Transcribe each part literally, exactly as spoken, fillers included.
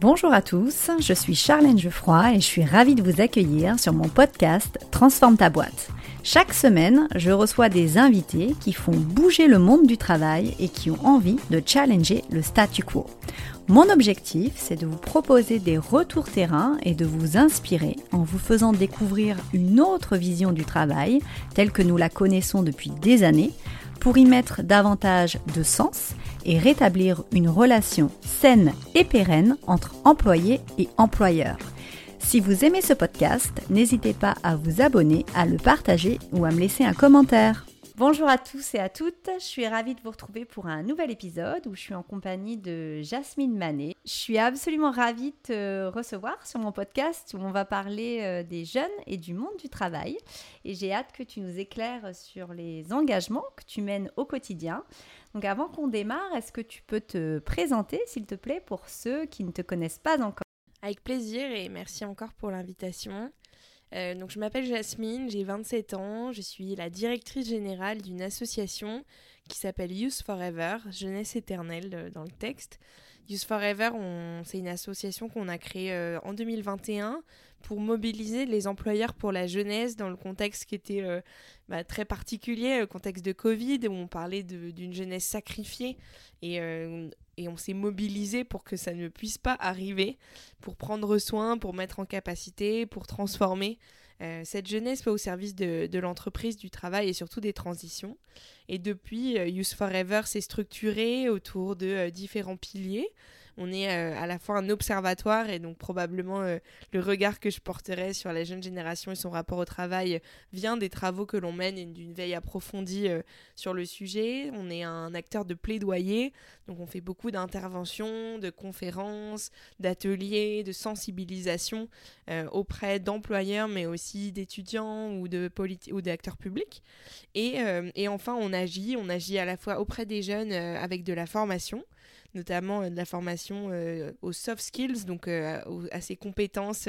Bonjour à tous, je suis Charlène Geoffroy et je suis ravie de vous accueillir sur mon podcast Transforme ta boîte. Chaque semaine, je reçois des invités qui font bouger le monde du travail et qui ont envie de challenger le statu quo. Mon objectif, c'est de vous proposer des retours terrain et de vous inspirer en vous faisant découvrir une autre vision du travail, telle que nous la connaissons depuis des années, pour y mettre davantage de sens et rétablir une relation saine et pérenne entre employés et employeurs. Si vous aimez ce podcast, n'hésitez pas à vous abonner, à le partager ou à me laisser un commentaire. Bonjour à tous et à toutes, je suis ravie de vous retrouver pour un nouvel épisode où je suis en compagnie de Jasmine Manet. Je suis absolument ravie de te recevoir sur mon podcast où on va parler des jeunes et du monde du travail. Et j'ai hâte que tu nous éclaires sur les engagements que tu mènes au quotidien. Donc avant qu'on démarre, est-ce que tu peux te présenter s'il te plaît pour ceux qui ne te connaissent pas encore ? Avec plaisir et merci encore pour l'invitation. Euh, donc je m'appelle Jasmine, j'ai vingt-sept ans, je suis la directrice générale d'une association qui s'appelle Youth Forever, Jeunesse éternelle euh, dans le texte. Youth Forever, on, c'est une association qu'on a créée euh, en deux mille vingt et un pour mobiliser les employeurs pour la jeunesse dans le contexte qui était euh, bah, très particulier, le contexte de Covid, où on parlait de, d'une jeunesse sacrifiée et euh, Et on s'est mobilisé pour que ça ne puisse pas arriver, pour prendre soin, pour mettre en capacité, pour transformer euh, cette jeunesse au service de, de l'entreprise, du travail et surtout des transitions. Et depuis, euh, Youth Forever s'est structuré autour de euh, différents piliers. On est euh, à la fois un observatoire et donc probablement euh, le regard que je porterai sur la jeune génération et son rapport au travail vient des travaux que l'on mène et d'une veille approfondie euh, sur le sujet. On est un acteur de plaidoyer, donc on fait beaucoup d'interventions, de conférences, d'ateliers, de sensibilisation euh, auprès d'employeurs mais aussi d'étudiants ou, de politi- ou d'acteurs publics. Et, euh, et enfin on agit, on agit à la fois auprès des jeunes euh, avec de la formation, notamment euh, de la formation euh, aux soft skills, donc euh, aux, à ces compétences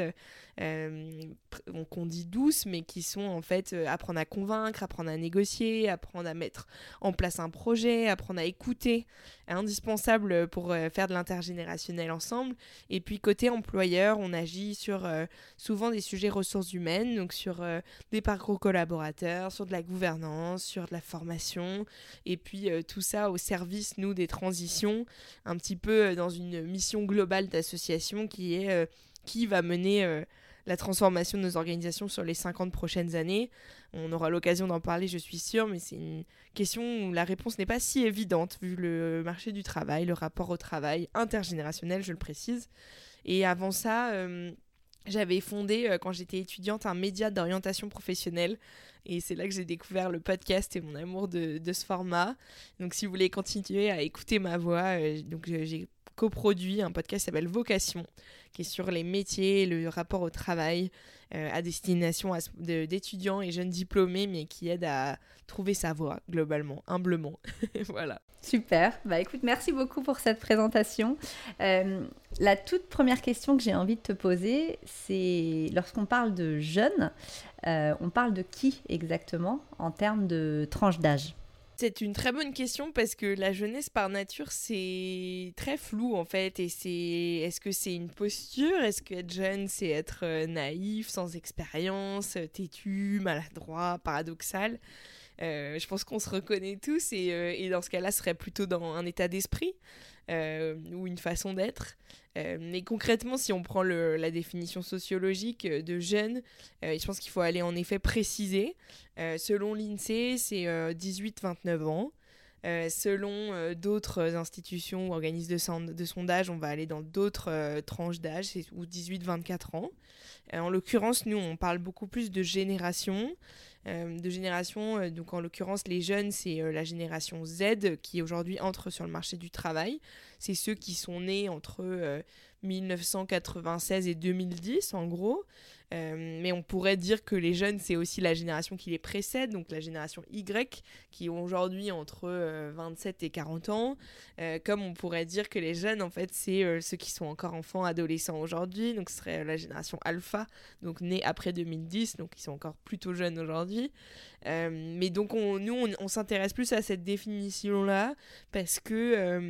euh, qu'on dit douces, mais qui sont en fait euh, apprendre à convaincre, apprendre à négocier, apprendre à mettre en place un projet, apprendre à écouter, indispensable pour euh, faire de l'intergénérationnel ensemble. Et puis côté employeur, on agit sur euh, souvent des sujets ressources humaines, donc sur euh, des parcours collaborateurs, sur de la gouvernance, sur de la formation, et puis euh, tout ça au service, nous, des transitions, un petit peu dans une mission globale d'association qui est euh, qui va mener euh, la transformation de nos organisations sur les cinquante prochaines années. On aura l'occasion d'en parler, je suis sûre, mais c'est une question où la réponse n'est pas si évidente vu le marché du travail, le rapport au travail intergénérationnel, je le précise. Et avant ça, euh, j'avais fondé, euh, quand j'étais étudiante, un média d'orientation professionnelle. Et c'est là que j'ai découvert le podcast et mon amour de, de ce format. Donc si vous voulez continuer à écouter ma voix, euh, donc j'ai coproduit un podcast qui s'appelle Vocation, qui est sur les métiers, le rapport au travail, euh, à destination à, de, d'étudiants et jeunes diplômés, mais qui aide à trouver sa voie, globalement, humblement. Voilà. Super, bah écoute, merci beaucoup pour cette présentation. Euh, la toute première question que j'ai envie de te poser, c'est lorsqu'on parle de jeunes, euh, on parle de qui exactement en termes de tranche d'âge ? C'est une très bonne question parce que la jeunesse par nature c'est très flou en fait et c'est est-ce que c'est une posture, est-ce qu'être jeune c'est être euh, naïf, sans expérience, têtu, maladroit, paradoxal. Euh, je pense qu'on se reconnaît tous et, euh, et dans ce cas-là ce serait plutôt dans un état d'esprit euh, ou une façon d'être. Euh, mais concrètement, si on prend le, la définition sociologique de jeune, euh, je pense qu'il faut aller en effet préciser. Euh, selon l'INSEE, c'est euh, dix-huit à vingt-neuf ans. Euh, selon euh, d'autres institutions ou organismes de, sond- de sondage, on va aller dans d'autres euh, tranches d'âge, c'est ou dix-huit à vingt-quatre ans. Euh, en l'occurrence, nous, on parle beaucoup plus de génération. Euh, de génération, euh, donc en l'occurrence, les jeunes, c'est euh, la génération Z qui aujourd'hui entre sur le marché du travail. C'est ceux qui sont nés entre euh, mille neuf cent quatre-vingt-seize et deux mille dix, en gros. Euh, mais on pourrait dire que les jeunes, c'est aussi la génération qui les précède, donc la génération Y, qui ont aujourd'hui entre euh, vingt-sept et quarante ans. Euh, comme on pourrait dire que les jeunes, en fait, c'est euh, ceux qui sont encore enfants, adolescents aujourd'hui, donc ce serait euh, la génération Alpha, donc née après deux mille dix, donc ils sont encore plutôt jeunes aujourd'hui. Euh, mais donc on, nous, on, on s'intéresse plus à cette définition-là, parce que... Euh,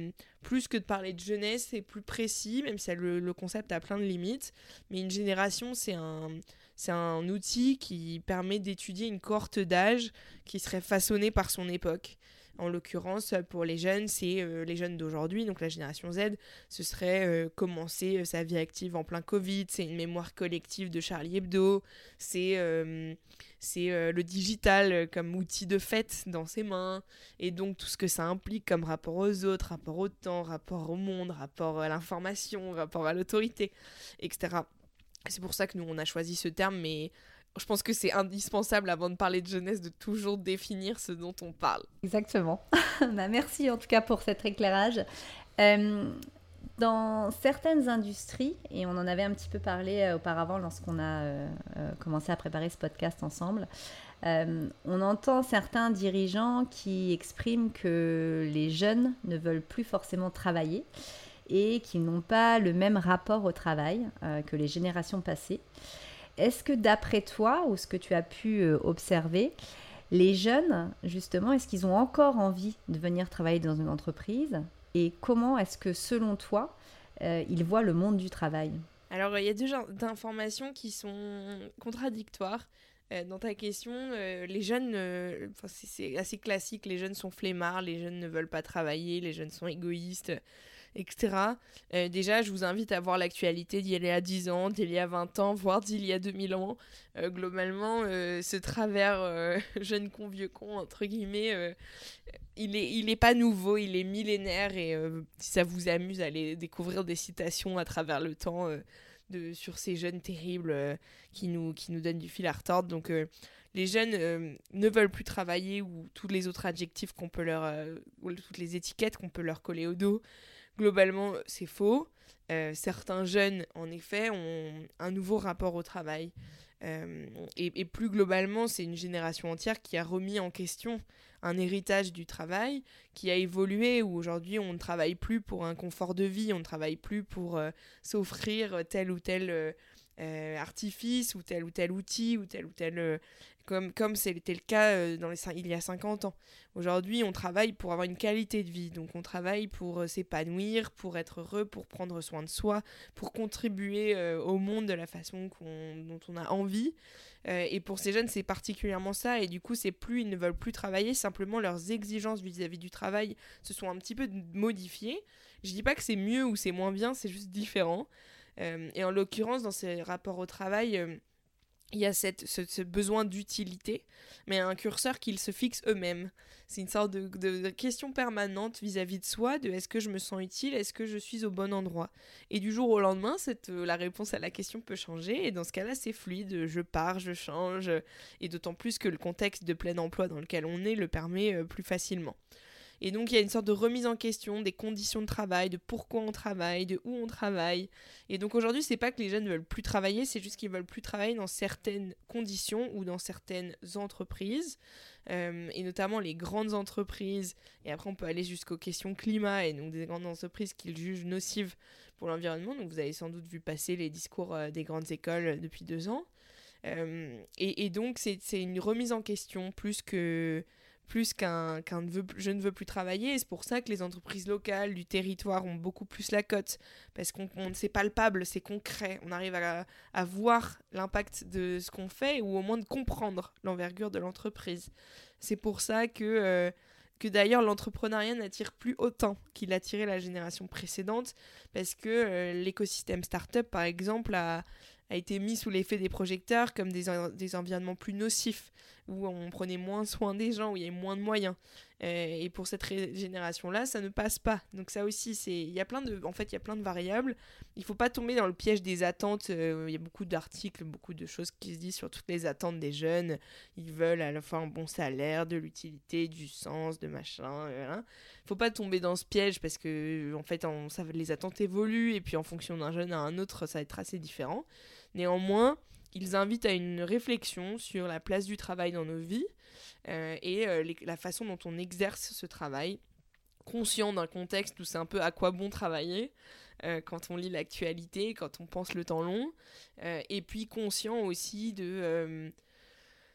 plus que de parler de jeunesse, c'est plus précis, même si ça, le, le concept a plein de limites. Mais une génération, c'est un, c'est un outil qui permet d'étudier une cohorte d'âge qui serait façonnée par son époque. En l'occurrence, pour les jeunes, c'est euh, les jeunes d'aujourd'hui, donc la génération Z, ce serait euh, commencer euh, sa vie active en plein Covid, c'est une mémoire collective de Charlie Hebdo, c'est, euh, c'est euh, le digital euh, comme outil de fête dans ses mains, et donc tout ce que ça implique comme rapport aux autres, rapport au temps, rapport au monde, rapport à l'information, rapport à l'autorité, et cetera. C'est pour ça que nous, on a choisi ce terme, mais je pense que c'est indispensable avant de parler de jeunesse de toujours définir ce dont on parle. Exactement. bah, merci en tout cas pour cet éclairage. Euh, dans certaines industries, et on en avait un petit peu parlé euh, auparavant lorsqu'on a euh, euh, commencé à préparer ce podcast ensemble, euh, on entend certains dirigeants qui expriment que les jeunes ne veulent plus forcément travailler et qu'ils n'ont pas le même rapport au travail euh, que les générations passées. Est-ce que d'après toi, ou ce que tu as pu euh, observer, les jeunes, justement, est-ce qu'ils ont encore envie de venir travailler dans une entreprise ? Et comment est-ce que, selon toi, euh, ils voient le monde du travail ? Alors, il y a deux genres d'informations qui sont contradictoires. Euh, dans ta question, euh, les jeunes, euh, c'est, c'est assez classique, les jeunes sont flemmards, les jeunes ne veulent pas travailler, les jeunes sont égoïstes, et cetera. Euh, déjà, je vous invite à voir l'actualité d'il y a dix ans, d'il y a vingt ans, voire d'il y a deux mille ans. Euh, globalement, euh, ce travers euh, jeune con, vieux con, entre guillemets, euh, il est, il est pas nouveau, il est millénaire. Et euh, si ça vous amuse, allez découvrir des citations à travers le temps euh, de, sur ces jeunes terribles euh, qui, nous, qui nous donnent du fil à retordre. Donc, euh, les jeunes euh, ne veulent plus travailler, ou tous les autres adjectifs qu'on peut leur... Euh, ou toutes les étiquettes qu'on peut leur coller au dos. Globalement, c'est faux. Euh, certains jeunes, en effet, ont un nouveau rapport au travail. Euh, et, et plus globalement, c'est une génération entière qui a remis en question un héritage du travail, qui a évolué, où aujourd'hui, on ne travaille plus pour un confort de vie, on ne travaille plus pour euh, s'offrir tel ou tel euh, euh, artifice, ou tel ou tel outil, ou tel ou tel... Euh, Comme, comme c'était le cas euh, dans les, il y a cinquante ans. Aujourd'hui, on travaille pour avoir une qualité de vie. Donc, on travaille pour euh, s'épanouir, pour être heureux, pour prendre soin de soi, pour contribuer euh, au monde de la façon qu'on, dont on a envie. Euh, et pour ces jeunes, c'est particulièrement ça. Et du coup, c'est plus, ils ne veulent plus travailler. Simplement, leurs exigences vis-à-vis du travail se sont un petit peu modifiées. Je dis pas que c'est mieux ou c'est moins bien, c'est juste différent. Euh, et en l'occurrence, dans ces rapports au travail... Euh, il y a cette, ce, ce besoin d'utilité, mais un curseur qu'ils se fixent eux-mêmes. C'est une sorte de, de, de question permanente vis-à-vis de soi, de est-ce que je me sens utile, est-ce que je suis au bon endroit ? Et du jour au lendemain, cette, euh, la réponse à la question peut changer, et dans ce cas-là, c'est fluide, je pars, je change, et d'autant plus que le contexte de plein emploi dans lequel on est le permet euh, plus facilement. Et donc, il y a une sorte de remise en question des conditions de travail, de pourquoi on travaille, de où on travaille. Et donc, aujourd'hui, c'est pas que les jeunes ne veulent plus travailler, c'est juste qu'ils veulent plus travailler dans certaines conditions ou dans certaines entreprises, euh, et notamment les grandes entreprises. Et après, on peut aller jusqu'aux questions climat, et donc des grandes entreprises qu'ils jugent nocives pour l'environnement. Donc, vous avez sans doute vu passer les discours euh, des grandes écoles depuis deux ans. Euh, et, et donc, c'est, c'est une remise en question plus que... plus qu'un, qu'un veut, je ne veux plus travailler. Et c'est pour ça que les entreprises locales du territoire ont beaucoup plus la cote, parce qu'on on, c'est palpable, c'est concret, on arrive à, à voir l'impact de ce qu'on fait, ou au moins de comprendre l'envergure de l'entreprise. C'est pour ça que, euh, que d'ailleurs l'entrepreneuriat n'attire plus autant qu'il attirait la génération précédente, parce que euh, l'écosystème start-up, par exemple, a... a été mis sous l'effet des projecteurs comme des, en- des environnements plus nocifs, où on prenait moins soin des gens, où il y avait moins de moyens. Euh, et pour cette ré- génération-là, ça ne passe pas. Donc ça aussi, c'est... il y a plein de... en fait, il y a plein de variables. Il ne faut pas tomber dans le piège des attentes. Euh, il y a beaucoup d'articles, beaucoup de choses qui se disent sur toutes les attentes des jeunes. Ils veulent à la fois un bon salaire, de l'utilité, du sens, de machin. Voilà. Il ne faut pas tomber dans ce piège, parce que en fait, on, ça, les attentes évoluent, et puis en fonction d'un jeune à un autre, ça va être assez différent. Néanmoins, ils invitent à une réflexion sur la place du travail dans nos vies, euh, et euh, les, la façon dont on exerce ce travail, conscient d'un contexte où c'est un peu à quoi bon travailler, euh, quand on lit l'actualité, quand on pense le temps long, euh, et puis conscient aussi de... Euh,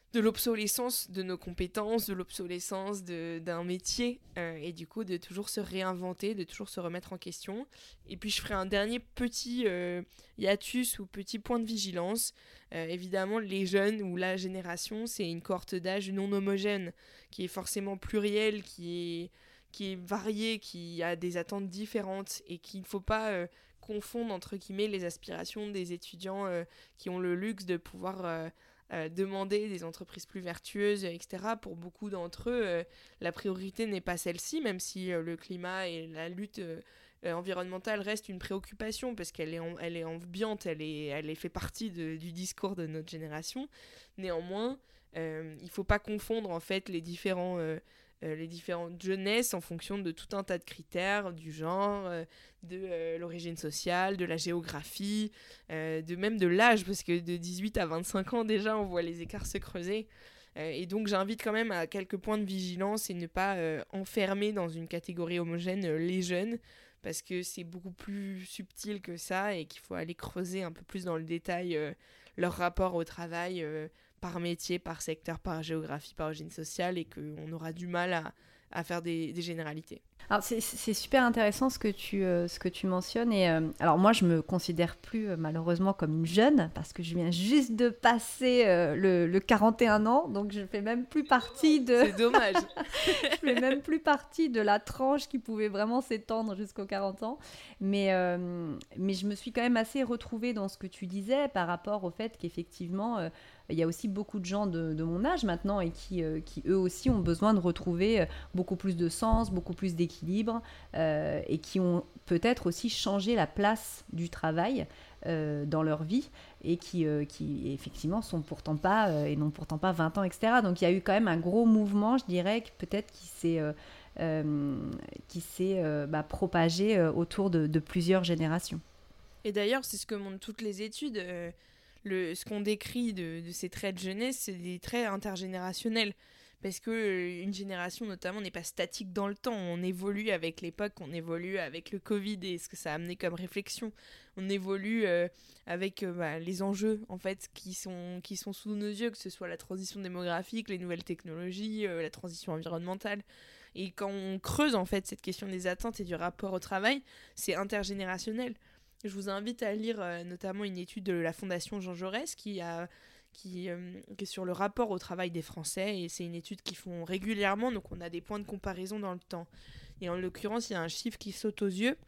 de l'obsolescence de nos compétences, de l'obsolescence de, d'un métier, euh, et du coup de toujours se réinventer, de toujours se remettre en question. Et puis je ferai un dernier petit euh, hiatus ou petit point de vigilance. Euh, évidemment, les jeunes ou la génération, c'est une cohorte d'âge non homogène, qui est forcément plurielle, qui est, qui est variée, qui a des attentes différentes, et qu'il ne faut pas euh, confondre entre guillemets les aspirations des étudiants euh, qui ont le luxe de pouvoir... Euh, Euh, demander des entreprises plus vertueuses, et cetera. Pour beaucoup d'entre eux, euh, la priorité n'est pas celle-ci, même si euh, le climat et la lutte euh, euh, environnementale restent une préoccupation, parce qu'elle est, en, elle est ambiante, elle, est, elle est fait partie de, du discours de notre génération. Néanmoins, euh, il ne faut pas confondre en fait les différents... Euh, Euh, les différentes jeunesses en fonction de tout un tas de critères, du genre, euh, de euh, l'origine sociale, de la géographie, euh, de même de l'âge, parce que de dix-huit à vingt-cinq ans déjà, on voit les écarts se creuser. Euh, et donc j'invite quand même à quelques points de vigilance et ne pas euh, enfermer dans une catégorie homogène euh, les jeunes, parce que c'est beaucoup plus subtil que ça et qu'il faut aller creuser un peu plus dans le détail euh, leur rapport au travail, euh, par métier, par secteur, par géographie, par origine sociale, et qu'on aura du mal à, à faire des, des généralités. Alors c'est, c'est super intéressant ce que tu, euh, ce que tu mentionnes. Et, euh, alors moi, je ne me considère plus euh, malheureusement comme une jeune, parce que je viens juste de passer euh, le, le quarante et un ans, donc je ne fais même plus partie de... C'est dommage. Je fais même plus partie de la tranche qui pouvait vraiment s'étendre jusqu'aux quarante ans. Mais, euh, mais je me suis quand même assez retrouvée dans ce que tu disais par rapport au fait qu'effectivement... Euh, il y a aussi beaucoup de gens de, de mon âge maintenant et qui, euh, qui, eux aussi, ont besoin de retrouver beaucoup plus de sens, beaucoup plus d'équilibre euh, et qui ont peut-être aussi changé la place du travail euh, dans leur vie et qui, euh, qui effectivement, sont pourtant pas, euh, et n'ont pourtant pas vingt ans, et cetera. Donc, il y a eu quand même un gros mouvement, je dirais, que peut-être qui s'est, euh, euh, qui s'est euh, bah, propagé euh, autour de, de plusieurs générations. Et d'ailleurs, c'est ce que montrent toutes les études. Euh... Le, ce qu'on décrit de, de ces traits de jeunesse, c'est des traits intergénérationnels. Parce qu'une euh, génération, notamment, n'est pas statique dans le temps. On évolue avec l'époque, on évolue avec le Covid et ce que ça a amené comme réflexion. On évolue euh, avec euh, bah, les enjeux, en fait, qui sont, qui sont sous nos yeux, que ce soit la transition démographique, les nouvelles technologies, euh, la transition environnementale. Et quand on creuse, en fait, cette question des attentes et du rapport au travail, c'est intergénérationnel. Je vous invite à lire euh, notamment une étude de la Fondation Jean Jaurès qui, a, qui, euh, qui est sur le rapport au travail des Français, et c'est une étude qu'ils font régulièrement, donc on a des points de comparaison dans le temps. Et en l'occurrence, il y a un chiffre qui saute aux yeux,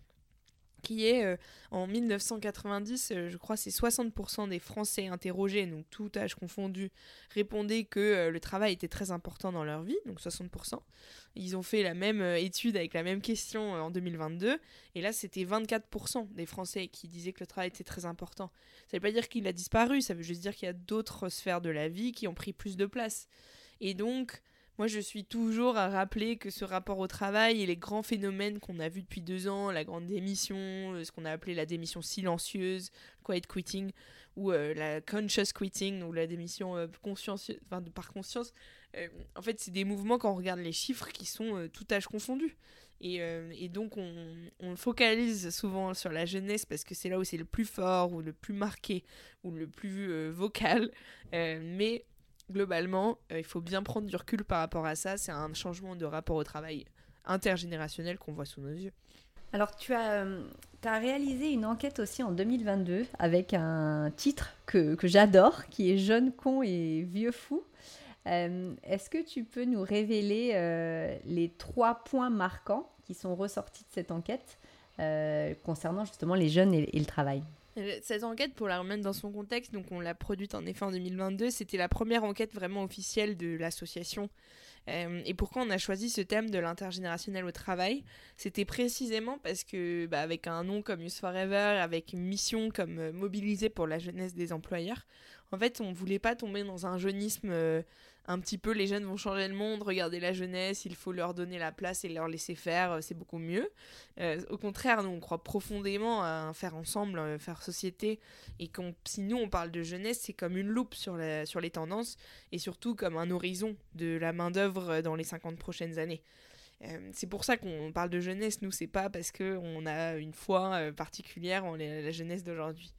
qui est euh, en dix-neuf cent quatre-vingt-dix, euh, je crois c'est soixante pour cent des Français interrogés, donc tout âge confondu, répondaient que euh, le travail était très important dans leur vie, donc soixante pour cent. Ils ont fait la même euh, étude avec la même question euh, en deux mille vingt-deux, et là c'était vingt-quatre pour cent des Français qui disaient que le travail était très important. Ça ne veut pas dire qu'il a disparu, ça veut juste dire qu'il y a d'autres sphères de la vie qui ont pris plus de place. Et donc... Moi, je suis toujours à rappeler que ce rapport au travail et les grands phénomènes qu'on a vus depuis deux ans, la grande démission, ce qu'on a appelé la démission silencieuse, quiet quitting, ou euh, la conscious quitting, ou la démission euh, consciencieuse, enfin, de, par conscience, euh, en fait, c'est des mouvements, quand on regarde les chiffres, qui sont euh, tout âge confondu. Et, euh, et donc, on, on focalise souvent sur la jeunesse parce que c'est là où c'est le plus fort, ou le plus marqué, ou le plus euh, vocal, euh, mais... Globalement, euh, il faut bien prendre du recul par rapport à ça. C'est un changement de rapport au travail intergénérationnel qu'on voit sous nos yeux. Alors, tu as, euh, tu as réalisé une enquête aussi en deux mille vingt-deux avec un titre que, que j'adore, qui est « Jeune con et vieux fou ». Euh, est-ce que tu peux nous révéler euh, les trois points marquants qui sont ressortis de cette enquête euh, concernant justement les jeunes et, et le travail ? Cette enquête, pour la remettre dans son contexte, donc on l'a produite en effet en deux mille vingt-deux, c'était la première enquête vraiment officielle de l'association. Euh, et pourquoi on a choisi ce thème de l'intergénérationnel au travail ? C'était précisément parce que, bah, avec un nom comme Youth Forever, avec une mission comme euh, mobiliser pour la jeunesse des employeurs, en fait, on ne voulait pas tomber dans un jeunisme euh, un petit peu, les jeunes vont changer le monde, regardez la jeunesse, il faut leur donner la place et leur laisser faire, c'est beaucoup mieux. Euh, au contraire, nous, on croit profondément à faire ensemble, à faire société, et qu'on, si nous, on parle de jeunesse, c'est comme une loupe sur, la, sur les tendances, et surtout comme un horizon de la main-d'œuvre dans les cinquante prochaines années. Euh, c'est pour ça qu'on parle de jeunesse, nous, c'est pas parce qu'on a une foi euh, particulière en la, la jeunesse d'aujourd'hui.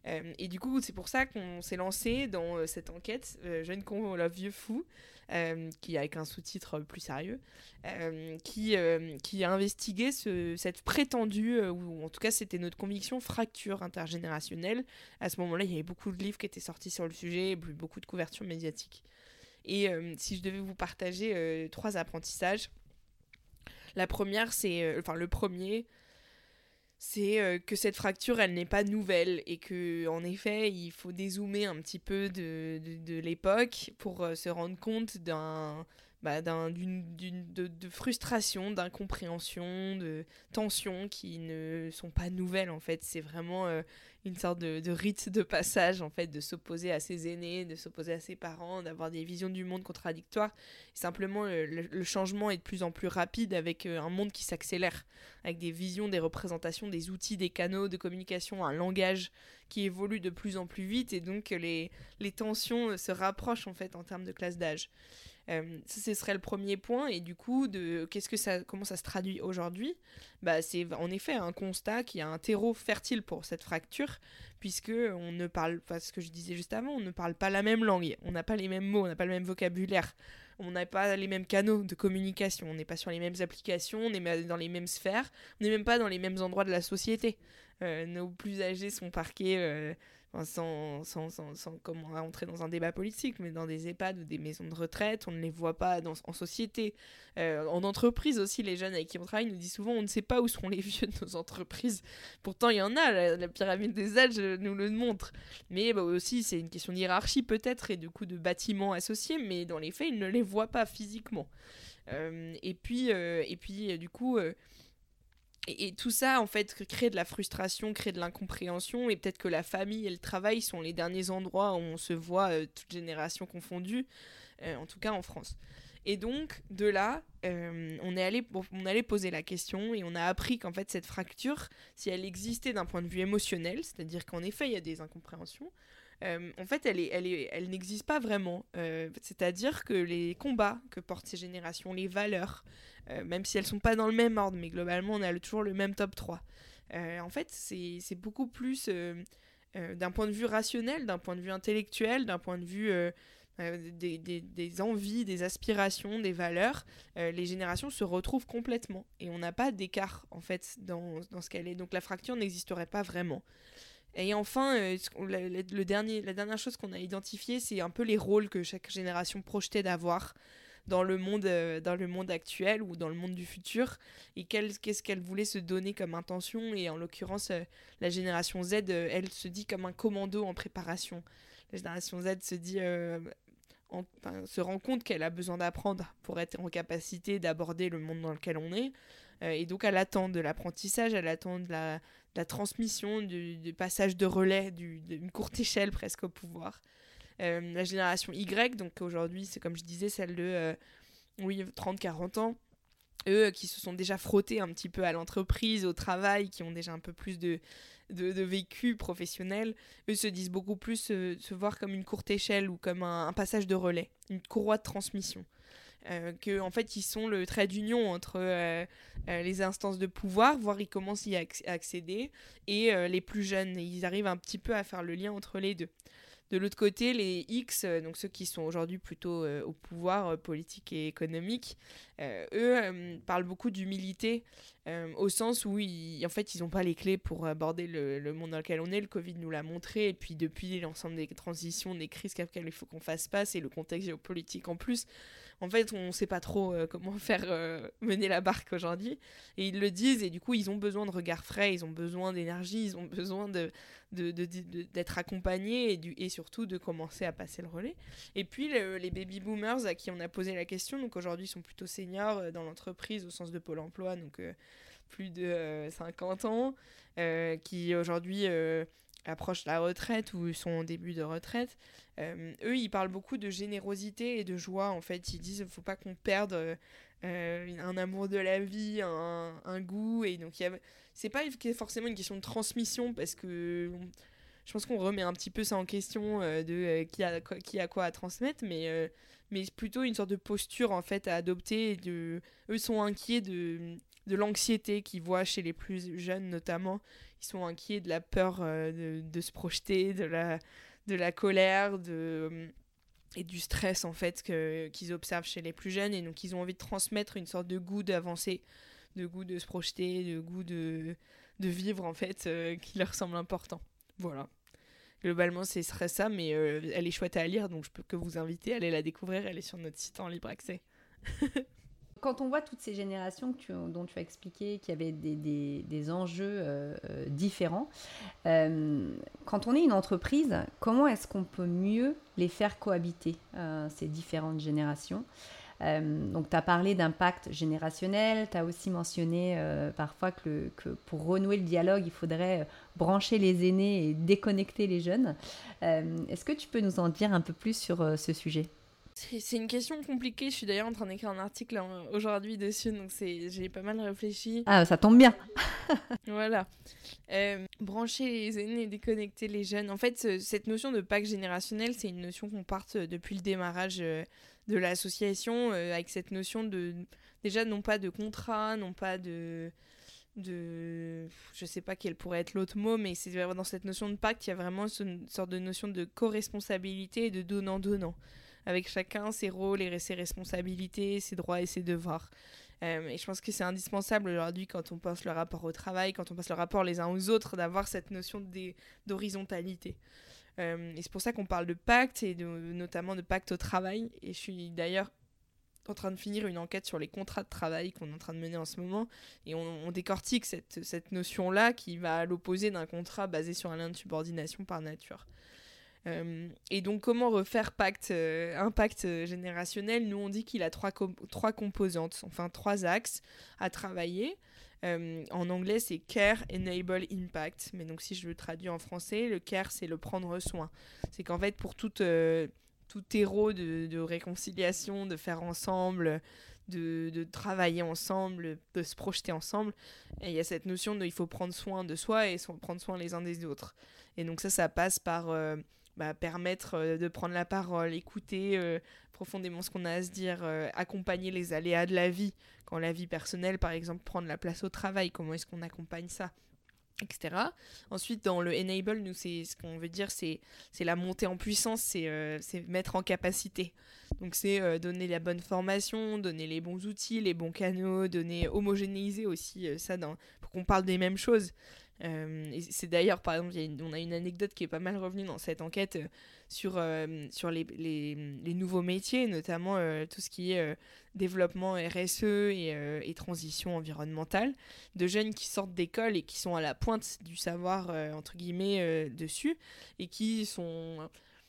Euh, et du coup, c'est pour ça qu'on s'est lancé dans euh, cette enquête, euh, Jeune con, love vieux fou, euh, qui avec un sous-titre plus sérieux, euh, qui, euh, qui a investigué ce, cette prétendue, euh, ou en tout cas c'était notre conviction, fracture intergénérationnelle. À ce moment-là, il y avait beaucoup de livres qui étaient sortis sur le sujet, beaucoup de couverture médiatique. Et euh, si je devais vous partager euh, trois apprentissages, la première, c'est, euh, enfin le premier, c'est euh, que cette fracture, elle n'est pas nouvelle et que, en effet, il faut dézoomer un petit peu de, de, de l'époque pour euh, se rendre compte d'un, bah, d'un, d'une, d'une, de, de frustration, d'incompréhension, de tensions qui ne sont pas nouvelles, en fait. C'est vraiment euh, une sorte de, de rite de passage, en fait, de s'opposer à ses aînés, de s'opposer à ses parents, d'avoir des visions du monde contradictoires. Et simplement, le, le, le changement est de plus en plus rapide avec euh, un monde qui s'accélère, avec des visions, des représentations, des outils, des canaux de communication, un langage qui évolue de plus en plus vite, et donc les, les tensions se rapprochent en fait en termes de classe d'âge. Euh, ça, ce serait le premier point. Et du coup, de, qu'est-ce que ça, comment ça se traduit aujourd'hui ? Bah, c'est en effet un constat qu'il y a un terreau fertile pour cette fracture, puisque on ne parle pas, ce que je disais juste avant, on ne parle pas la même langue, on n'a pas les mêmes mots, on n'a pas le même vocabulaire, on n'a pas les mêmes canaux de communication, on n'est pas sur les mêmes applications, on n'est dans les mêmes sphères, on n'est même pas dans les mêmes endroits de la société. Euh, nos plus âgés sont parqués... Euh, Sans, sans, sans, sans comment entrer dans un débat politique, mais dans des EHPAD ou des maisons de retraite, on ne les voit pas dans, en société. Euh, en entreprise aussi, les jeunes avec qui on travaille nous disent souvent on ne sait pas où seront les vieux de nos entreprises. Pourtant, il y en a, la, la pyramide des âges nous le montre. Mais bah, aussi, c'est une question de hiérarchie peut-être et du coup de bâtiments associés, mais dans les faits, ils ne les voient pas physiquement. Euh, et puis, euh, et puis euh, du coup... Euh, Et, et tout ça, en fait, crée de la frustration, crée de l'incompréhension, et peut-être que la famille et le travail sont les derniers endroits où on se voit, euh, toutes générations confondues, euh, en tout cas en France. Et donc, de là, euh, on est allé, on est allé poser la question, et on a appris qu'en fait, cette fracture, si elle existait d'un point de vue émotionnel, c'est-à-dire qu'en effet, il y a des incompréhensions, euh, en fait, elle, est, elle, est, elle n'existe pas vraiment. Euh, c'est-à-dire que les combats que portent ces générations, les valeurs, Euh, même si elles sont pas dans le même ordre, mais globalement on a le, toujours le même top trois. Euh, en fait, c'est, c'est beaucoup plus euh, euh, d'un point de vue rationnel, d'un point de vue intellectuel, d'un point de vue euh, euh, des, des, des envies, des aspirations, des valeurs. Euh, les générations se retrouvent complètement et on n'a pas d'écart en fait dans, dans ce qu'elle est. Donc la fracture n'existerait pas vraiment. Et enfin, euh, le, le dernier, la dernière chose qu'on a identifiée, c'est un peu les rôles que chaque génération projetait d'avoir dans le monde, euh, dans le monde actuel ou dans le monde du futur, et quel, qu'est-ce qu'elle voulait se donner comme intention. Et en l'occurrence, euh, la génération Z, euh, elle se dit comme un commando en préparation. La génération Z se dit... Euh, en, enfin, se rend compte qu'elle a besoin d'apprendre pour être en capacité d'aborder le monde dans lequel on est. Euh, et donc, elle attend de l'apprentissage, elle attend de la, de la transmission, du, du passage de relais, du, d'une courte échelle presque au pouvoir. Euh, la génération Y, donc aujourd'hui, c'est comme je disais, celle de euh, oui, trente à quarante ans, eux qui se sont déjà frottés un petit peu à l'entreprise, au travail, qui ont déjà un peu plus de, de, de vécu professionnel, eux se disent beaucoup plus euh, se voir comme une courte échelle ou comme un, un passage de relais, une courroie de transmission. Euh, que en fait ils sont le trait d'union entre euh, euh, les instances de pouvoir, voire ils commencent à y acc- accéder, et euh, les plus jeunes, et ils arrivent un petit peu à faire le lien entre les deux. De l'autre côté, les X, euh, donc ceux qui sont aujourd'hui plutôt euh, au pouvoir euh, politique et économique, euh, eux euh, parlent beaucoup d'humilité, euh, au sens où ils, en fait ils n'ont pas les clés pour aborder le, le monde dans lequel on est. Le Covid nous l'a montré, et puis depuis l'ensemble des transitions, des crises auxquelles il faut qu'on fasse face, et le contexte géopolitique en plus, en fait on ne sait pas trop euh, comment faire euh, mener la barque aujourd'hui, et ils le disent, et du coup ils ont besoin de regards frais, ils ont besoin d'énergie, ils ont besoin de, de, de, de, de, d'être accompagnés, et, du, et surtout de commencer à passer le relais. Et puis le, les baby boomers à qui on a posé la question, donc aujourd'hui sont plutôt seniors euh, dans l'entreprise au sens de Pôle emploi, donc euh, plus de euh, cinquante ans, euh, qui aujourd'hui euh, approchent la retraite ou sont au début de retraite. Euh, eux, ils parlent beaucoup de générosité et de joie, en fait. Ils disent qu'il ne faut pas qu'on perde euh, un amour de la vie, un, un goût. Et donc, y a... c'est pas forcément une question de transmission, parce que on... je pense qu'on remet un petit peu ça en question, euh, de euh, qui, a quoi, qui a quoi à transmettre, mais, euh, mais plutôt une sorte de posture, en fait, à adopter. Et de... Eux sont inquiets de, de l'anxiété qu'ils voient chez les plus jeunes, notamment. Ils qui sont inquiets de la peur euh, de, de se projeter, de la, de la colère, de, et du stress en fait que, qu'ils observent chez les plus jeunes. Et donc ils ont envie de transmettre une sorte de goût d'avancer, de goût de se projeter, de goût de, de vivre en fait, euh, qui leur semble important. Voilà. Globalement, ce serait ça, mais euh, elle est chouette à lire, donc je peux que vous inviter à aller la découvrir. Elle est sur notre site en libre accès. Quand on voit toutes ces générations que tu, dont tu as expliqué qu'il y avait des, des, des enjeux euh, différents, euh, quand on est une entreprise, comment est-ce qu'on peut mieux les faire cohabiter, euh, ces différentes générations ? Euh, donc, tu as parlé d'impact générationnel, tu as aussi mentionné euh, parfois que, le, que pour renouer le dialogue, il faudrait brancher les aînés et déconnecter les jeunes. Euh, est-ce que tu peux nous en dire un peu plus sur euh, ce sujet ? C'est, c'est une question compliquée. Je suis d'ailleurs en train d'écrire un article hein, aujourd'hui dessus, donc c'est, j'ai pas mal réfléchi. Ah, ça tombe bien. Voilà. Euh, brancher les aînés et déconnecter les jeunes. En fait, ce, cette notion de pacte générationnel, c'est une notion qu'on parte depuis le démarrage euh, de l'association, euh, avec cette notion de, déjà, non pas de contrat, non pas de... de je sais pas quel pourrait être l'autre mot, mais c'est dans cette notion de pacte, il y a vraiment une sorte de notion de co-responsabilité et de donnant-donnant, avec chacun ses rôles et ses responsabilités, ses droits et ses devoirs. Euh, et je pense que c'est indispensable aujourd'hui quand on pense le rapport au travail, quand on pense le rapport les uns aux autres, d'avoir cette notion d'é- d'horizontalité. Euh, et c'est pour ça qu'on parle de pacte, et de, notamment de pacte au travail. Et je suis d'ailleurs en train de finir une enquête sur les contrats de travail qu'on est en train de mener en ce moment, et on, on décortique cette, cette notion-là qui va à l'opposé d'un contrat basé sur un lien de subordination par nature. Euh, et donc comment refaire pacte, euh, un pacte générationnel ? Nous on dit qu'il a trois, com- trois composantes, enfin trois axes à travailler. Euh, en anglais c'est care, enable, impact, mais donc si je le traduis en français, le care c'est le prendre soin. C'est qu'en fait pour toute, euh, tout terreau de, de réconciliation, de faire ensemble, de, de travailler ensemble, de se projeter ensemble, et il y a cette notion de il faut prendre soin de soi et so- prendre soin les uns des autres. Et donc ça ça passe par euh, Bah, permettre euh, de prendre la parole, écouter euh, profondément ce qu'on a à se dire, euh, accompagner les aléas de la vie. Quand la vie personnelle, par exemple, prend de la place au travail, comment est-ce qu'on accompagne ça, et cetera. Ensuite, dans le enable, nous, c'est, ce qu'on veut dire, c'est, c'est la montée en puissance, c'est, euh, c'est mettre en capacité. Donc, c'est euh, donner la bonne formation, donner les bons outils, les bons canaux, donner, homogénéiser aussi euh, ça dans, pour qu'on parle des mêmes choses. Euh, et c'est d'ailleurs, par exemple, y a une, on a une anecdote qui est pas mal revenue dans cette enquête euh, sur, euh, sur les, les, les nouveaux métiers, notamment euh, tout ce qui est euh, développement R S E et, euh, et transition environnementale, de jeunes qui sortent d'école et qui sont à la pointe du savoir, euh, entre guillemets, euh, dessus, et qui sont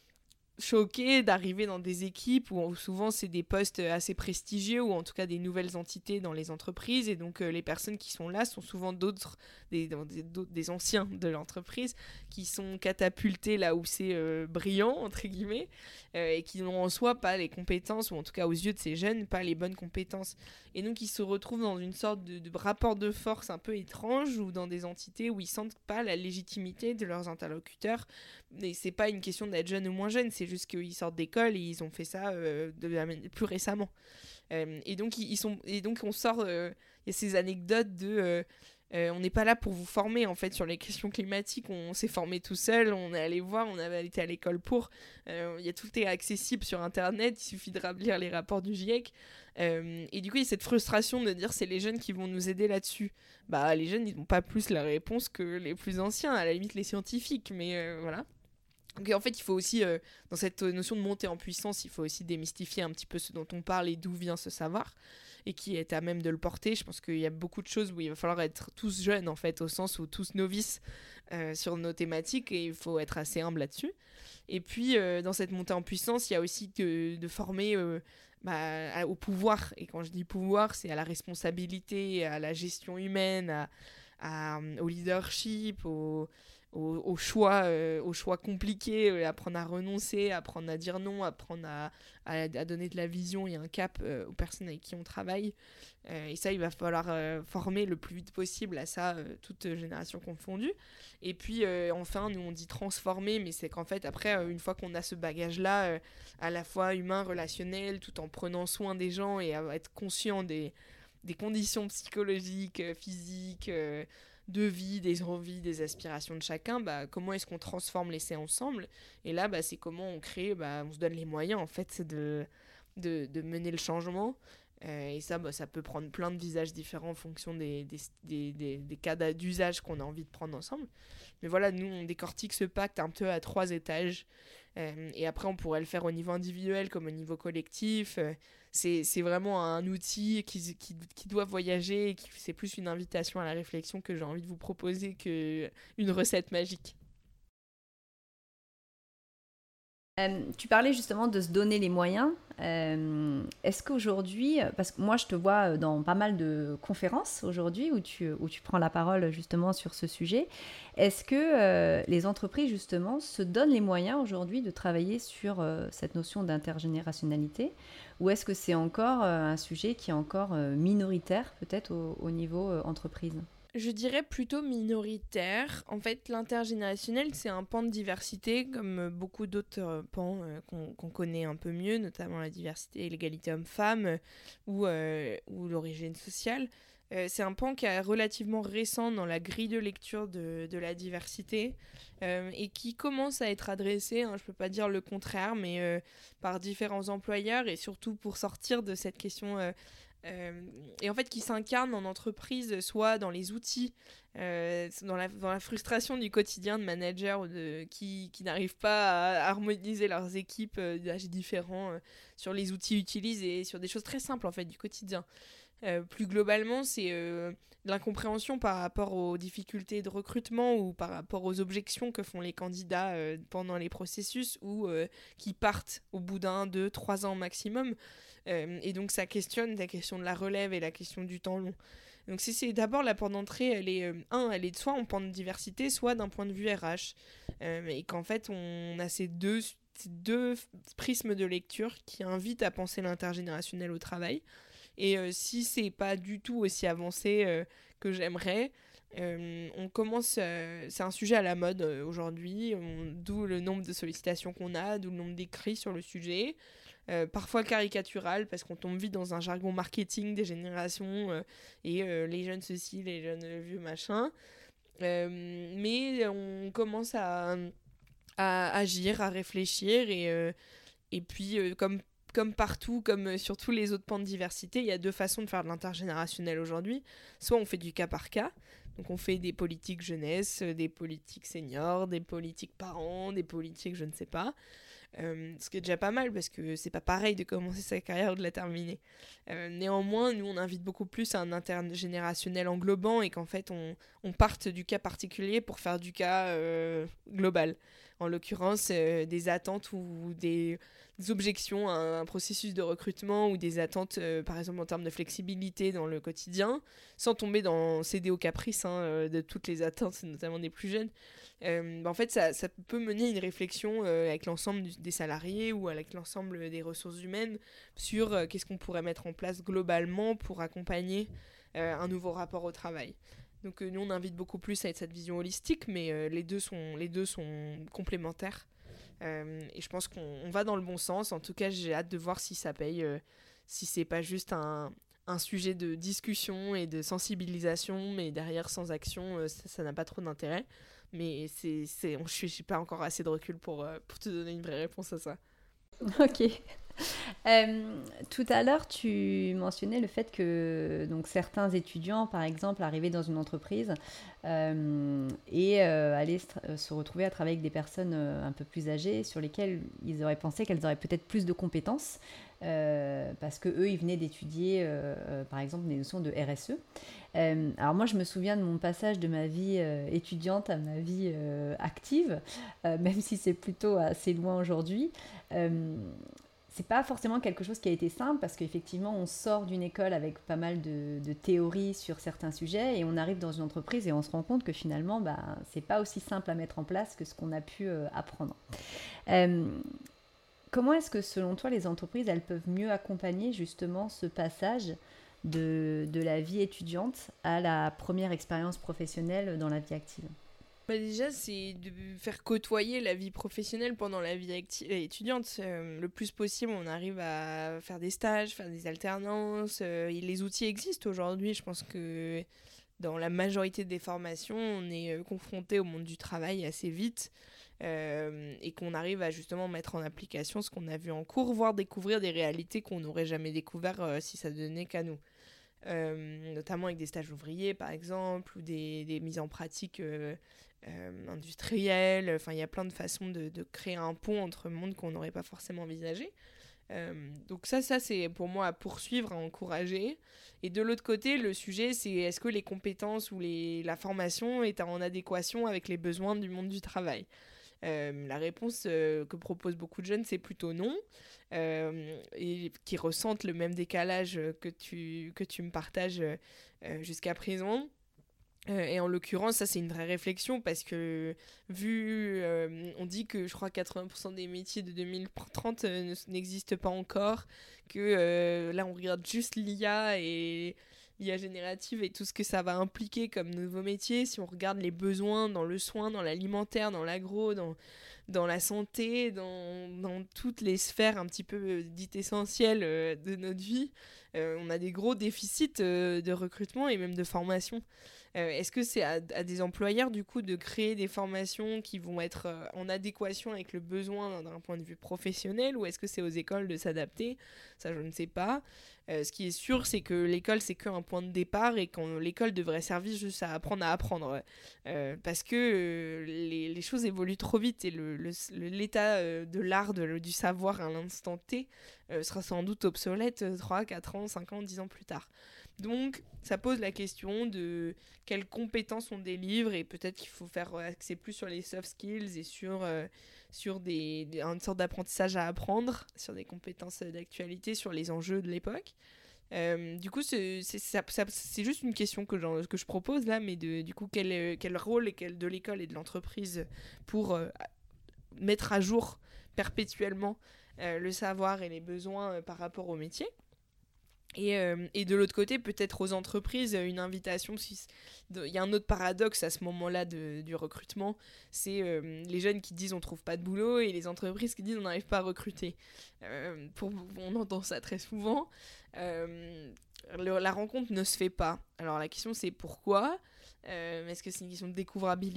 choqués d'arriver dans des équipes où souvent c'est des postes assez prestigieux ou en tout cas des nouvelles entités dans les entreprises, et donc euh, les personnes qui sont là sont souvent d'autres des, des, d'autres, des anciens de l'entreprise qui sont catapultés là où c'est euh, brillant entre guillemets, euh, et qui n'ont en soi pas les compétences, ou en tout cas aux yeux de ces jeunes pas les bonnes compétences, et donc ils se retrouvent dans une sorte de, de rapport de force un peu étrange, ou dans des entités où ils sentent pas la légitimité de leurs interlocuteurs. Et c'est pas une question d'être jeune ou moins jeune, c'est juste qu'ils sortent d'école et ils ont fait ça euh, de la, plus récemment. Euh, et, donc, ils, ils sont, et donc, on sort, il euh, y a ces anecdotes de euh, euh, on n'est pas là pour vous former en fait sur les questions climatiques, on, on s'est formé tout seul, on est allé voir, on avait été à l'école pour. Euh, y a, tout est accessible sur internet, il suffit de lire les rapports du GIEC. Euh, et du coup, il y a cette frustration de dire c'est les jeunes qui vont nous aider là-dessus. Bah, les jeunes, ils n'ont pas plus la réponse que les plus anciens, à la limite les scientifiques, mais euh, voilà. Donc en fait, il faut aussi, euh, dans cette notion de montée en puissance, il faut aussi démystifier un petit peu ce dont on parle et d'où vient ce savoir, et qui est à même de le porter. Je pense qu'il y a beaucoup de choses où il va falloir être tous jeunes, en fait, au sens où tous novices euh, sur nos thématiques, et il faut être assez humble là-dessus. Et puis, euh, dans cette montée en puissance, il y a aussi de, de former euh, bah, au pouvoir. Et quand je dis pouvoir, c'est à la responsabilité, à la gestion humaine, à, à, au leadership, au... Au, au, choix, euh, au choix compliqué, euh, apprendre à renoncer, apprendre à dire non, apprendre à, à, à donner de la vision et un cap euh, aux personnes avec qui on travaille. Euh, et ça, il va falloir euh, former le plus vite possible à ça, euh, toute génération confondue. Et puis, euh, enfin, nous, on dit transformer, mais c'est qu'en fait, après, euh, une fois qu'on a ce bagage-là, euh, à la fois humain, relationnel, tout en prenant soin des gens et à être conscient des, des conditions psychologiques, euh, physiques, euh, de vie, des envies, des aspirations de chacun, bah, comment est-ce qu'on transforme l'essai ensemble? Et là, bah, c'est comment on crée, bah, on se donne les moyens en fait de, de, de mener le changement. Euh, et ça, bah, ça peut prendre plein de visages différents en fonction des, des, des, des, des cas d'usage qu'on a envie de prendre ensemble. Mais voilà, nous, on décortique ce pacte un peu à trois étages. Euh, et après, on pourrait le faire au niveau individuel comme au niveau collectif. Euh, c'est, c'est vraiment un outil qui, qui, qui doit voyager. Et qui, c'est plus une invitation à la réflexion que j'ai envie de vous proposer qu'une recette magique. Euh, tu parlais justement de se donner les moyens. Euh, est-ce qu'aujourd'hui, parce que moi je te vois dans pas mal de conférences aujourd'hui où tu, où tu prends la parole justement sur ce sujet, est-ce que euh, les entreprises justement se donnent les moyens aujourd'hui de travailler sur euh, cette notion d'intergénérationnalité, ou est-ce que c'est encore euh, un sujet qui est encore euh, minoritaire peut-être au, au niveau euh, entreprise ? Je dirais plutôt minoritaire. En fait, l'intergénérationnel, c'est un pan de diversité, comme beaucoup d'autres euh, pans euh, qu'on, qu'on connaît un peu mieux, notamment la diversité et l'égalité homme-femme euh, ou, euh, ou l'origine sociale. Euh, c'est un pan qui est relativement récent dans la grille de lecture de, de la diversité euh, et qui commence à être adressé, hein, je ne peux pas dire le contraire, mais euh, par différents employeurs et surtout pour sortir de cette question... Euh, Euh, et en fait qui s'incarne en entreprise, soit dans les outils, euh, dans, la, dans la frustration du quotidien de managers ou de, qui, qui n'arrivent pas à harmoniser leurs équipes euh, d'âges différents euh, sur les outils utilisés, sur des choses très simples en fait du quotidien. Euh, plus globalement, c'est euh, de l'incompréhension par rapport aux difficultés de recrutement ou par rapport aux objections que font les candidats euh, pendant les processus ou euh, qui partent au bout d'un, deux, trois ans maximum. Euh, et donc ça questionne la question de la relève et la question du temps long. Donc c'est, c'est d'abord la porte d'entrée, elle est, euh, un, elle est soit en point de diversité, soit d'un point de vue R H. Euh, et qu'en fait on a ces deux, ces deux prismes de lecture qui invitent à penser l'intergénérationnel au travail. Et euh, si c'est pas du tout aussi avancé euh, que j'aimerais, euh, on commence, euh, c'est un sujet à la mode euh, aujourd'hui, on, d'où le nombre de sollicitations qu'on a, d'où le nombre d'écrits sur le sujet. Euh, parfois caricatural parce qu'on tombe vite dans un jargon marketing des générations euh, et euh, les jeunes ceci, les jeunes vieux machin. Euh, mais on commence à, à agir, à réfléchir et, euh, et puis euh, comme, comme partout, comme sur tous les autres pans de diversité, il y a deux façons de faire de l'intergénérationnel aujourd'hui. Soit on fait du cas par cas, donc on fait des politiques jeunesse, des politiques seniors, des politiques parents, des politiques je ne sais pas. Euh, ce qui est déjà pas mal parce que c'est pas pareil de commencer sa carrière ou de la terminer. Euh, néanmoins, nous on invite beaucoup plus à un intergénérationnel englobant et qu'en fait on, on parte du cas particulier pour faire du cas euh, global. En l'occurrence, euh, des attentes ou des, des objections à un, un processus de recrutement ou des attentes, euh, par exemple en termes de flexibilité dans le quotidien, sans tomber dans céder aux caprices hein, de toutes les attentes, notamment des plus jeunes. Euh, bah en fait, ça, ça peut mener une réflexion euh, avec l'ensemble du, des salariés ou avec l'ensemble des ressources humaines sur euh, qu'est-ce qu'on pourrait mettre en place globalement pour accompagner euh, un nouveau rapport au travail. Donc euh, nous, on invite beaucoup plus à être cette vision holistique, mais euh, les, deux sont, les deux sont complémentaires. Euh, et je pense qu'on on va dans le bon sens. En tout cas, j'ai hâte de voir si ça paye, euh, si c'est pas juste un, un sujet de discussion et de sensibilisation, mais derrière, sans action, euh, ça, ça n'a pas trop d'intérêt. Mais c'est, c'est, je n'ai pas encore assez de recul pour, euh, pour te donner une vraie réponse à ça. Ok. Euh, tout à l'heure, tu mentionnais le fait que donc, certains étudiants, par exemple, arrivaient dans une entreprise euh, et euh, allaient se, se retrouver à travailler avec des personnes euh, un peu plus âgées sur lesquelles ils auraient pensé qu'elles auraient peut-être plus de compétences euh, parce qu'eux, ils venaient d'étudier, euh, euh, par exemple, des notions de R S E. Euh, alors moi, je me souviens de mon passage de ma vie euh, étudiante à ma vie euh, active, euh, même si c'est plutôt assez loin aujourd'hui. Euh, c'est pas forcément quelque chose qui a été simple parce qu'effectivement, on sort d'une école avec pas mal de, de théories sur certains sujets et on arrive dans une entreprise et on se rend compte que finalement, bah, c'est pas aussi simple à mettre en place que ce qu'on a pu euh, apprendre. Euh, comment est-ce que, selon toi, les entreprises, elles peuvent mieux accompagner justement ce passage de, de la vie étudiante à la première expérience professionnelle dans la vie active ? Bah déjà, c'est de faire côtoyer la vie professionnelle pendant la vie acti- étudiante. Euh, le plus possible, on arrive à faire des stages, faire des alternances. Euh, et les outils existent aujourd'hui. Je pense que dans la majorité des formations, on est euh, confronté au monde du travail assez vite euh, et qu'on arrive à justement mettre en application ce qu'on a vu en cours, voire découvrir des réalités qu'on n'aurait jamais découvertes euh, si ça donnait qu'à nous. Euh, notamment avec des stages ouvriers par exemple, ou des, des mises en pratique euh, euh, industrielles. Enfin, il y a plein de façons de, de créer un pont entre mondes qu'on n'aurait pas forcément envisagé. Euh, donc ça, ça c'est pour moi à poursuivre, à encourager. Et de l'autre côté, le sujet, c'est est-ce que les compétences ou les, la formation est en adéquation avec les besoins du monde du travail ? Euh, la réponse euh, que proposent beaucoup de jeunes, c'est plutôt non, euh, et qui ressentent le même décalage que tu, que tu me partages euh, jusqu'à présent. Euh, et en l'occurrence, ça c'est une vraie réflexion parce que vu, euh, on dit que je crois quatre-vingts pour cent des métiers de deux mille trente euh, n'existent pas encore, que euh, là on regarde juste l'I A et l'I A générative et tout ce que ça va impliquer comme nouveaux métiers. Si on regarde les besoins dans le soin, dans l'alimentaire, dans l'agro, dans, dans la santé, dans, dans toutes les sphères un petit peu euh, dites essentielles euh, de notre vie, euh, on a des gros déficits euh, de recrutement et même de formation. Euh, est-ce que c'est à, à des employeurs du coup de créer des formations qui vont être euh, en adéquation avec le besoin d'un point de vue professionnel, ou est-ce que c'est aux écoles de s'adapter ? Ça, je ne sais pas. Euh, ce qui est sûr, c'est que l'école, c'est qu'un point de départ et que l'école devrait servir juste à apprendre à apprendre. Euh, parce que euh, les, les choses évoluent trop vite et le, le, le, l'état euh, de l'art, de, du savoir à l'instant T euh, sera sans doute obsolète trois, quatre ans, cinq ans, dix ans plus tard. Donc, ça pose la question de quelles compétences on délivre, et peut-être qu'il faut faire axer plus sur les soft skills et sur, euh, sur des, des, une sorte d'apprentissage à apprendre, sur des compétences d'actualité, sur les enjeux de l'époque. Euh, du coup, c'est, c'est, ça, ça, c'est juste une question que, que je propose là, mais de, du coup, quel, quel rôle quel, de l'école et de l'entreprise pour euh, mettre à jour perpétuellement euh, le savoir et les besoins euh, par rapport au métier. Et, euh, et de l'autre côté, peut-être aux entreprises, une invitation. Il y a un autre paradoxe à ce moment-là de, du recrutement, c'est euh, les jeunes qui disent on trouve pas de boulot et les entreprises qui disent on n'arrive pas à recruter. Euh, pour, on entend ça très souvent. Euh, le, la rencontre ne se fait pas. Alors la question c'est pourquoi ? Euh, est-ce que c'est une question de découvrabilité ?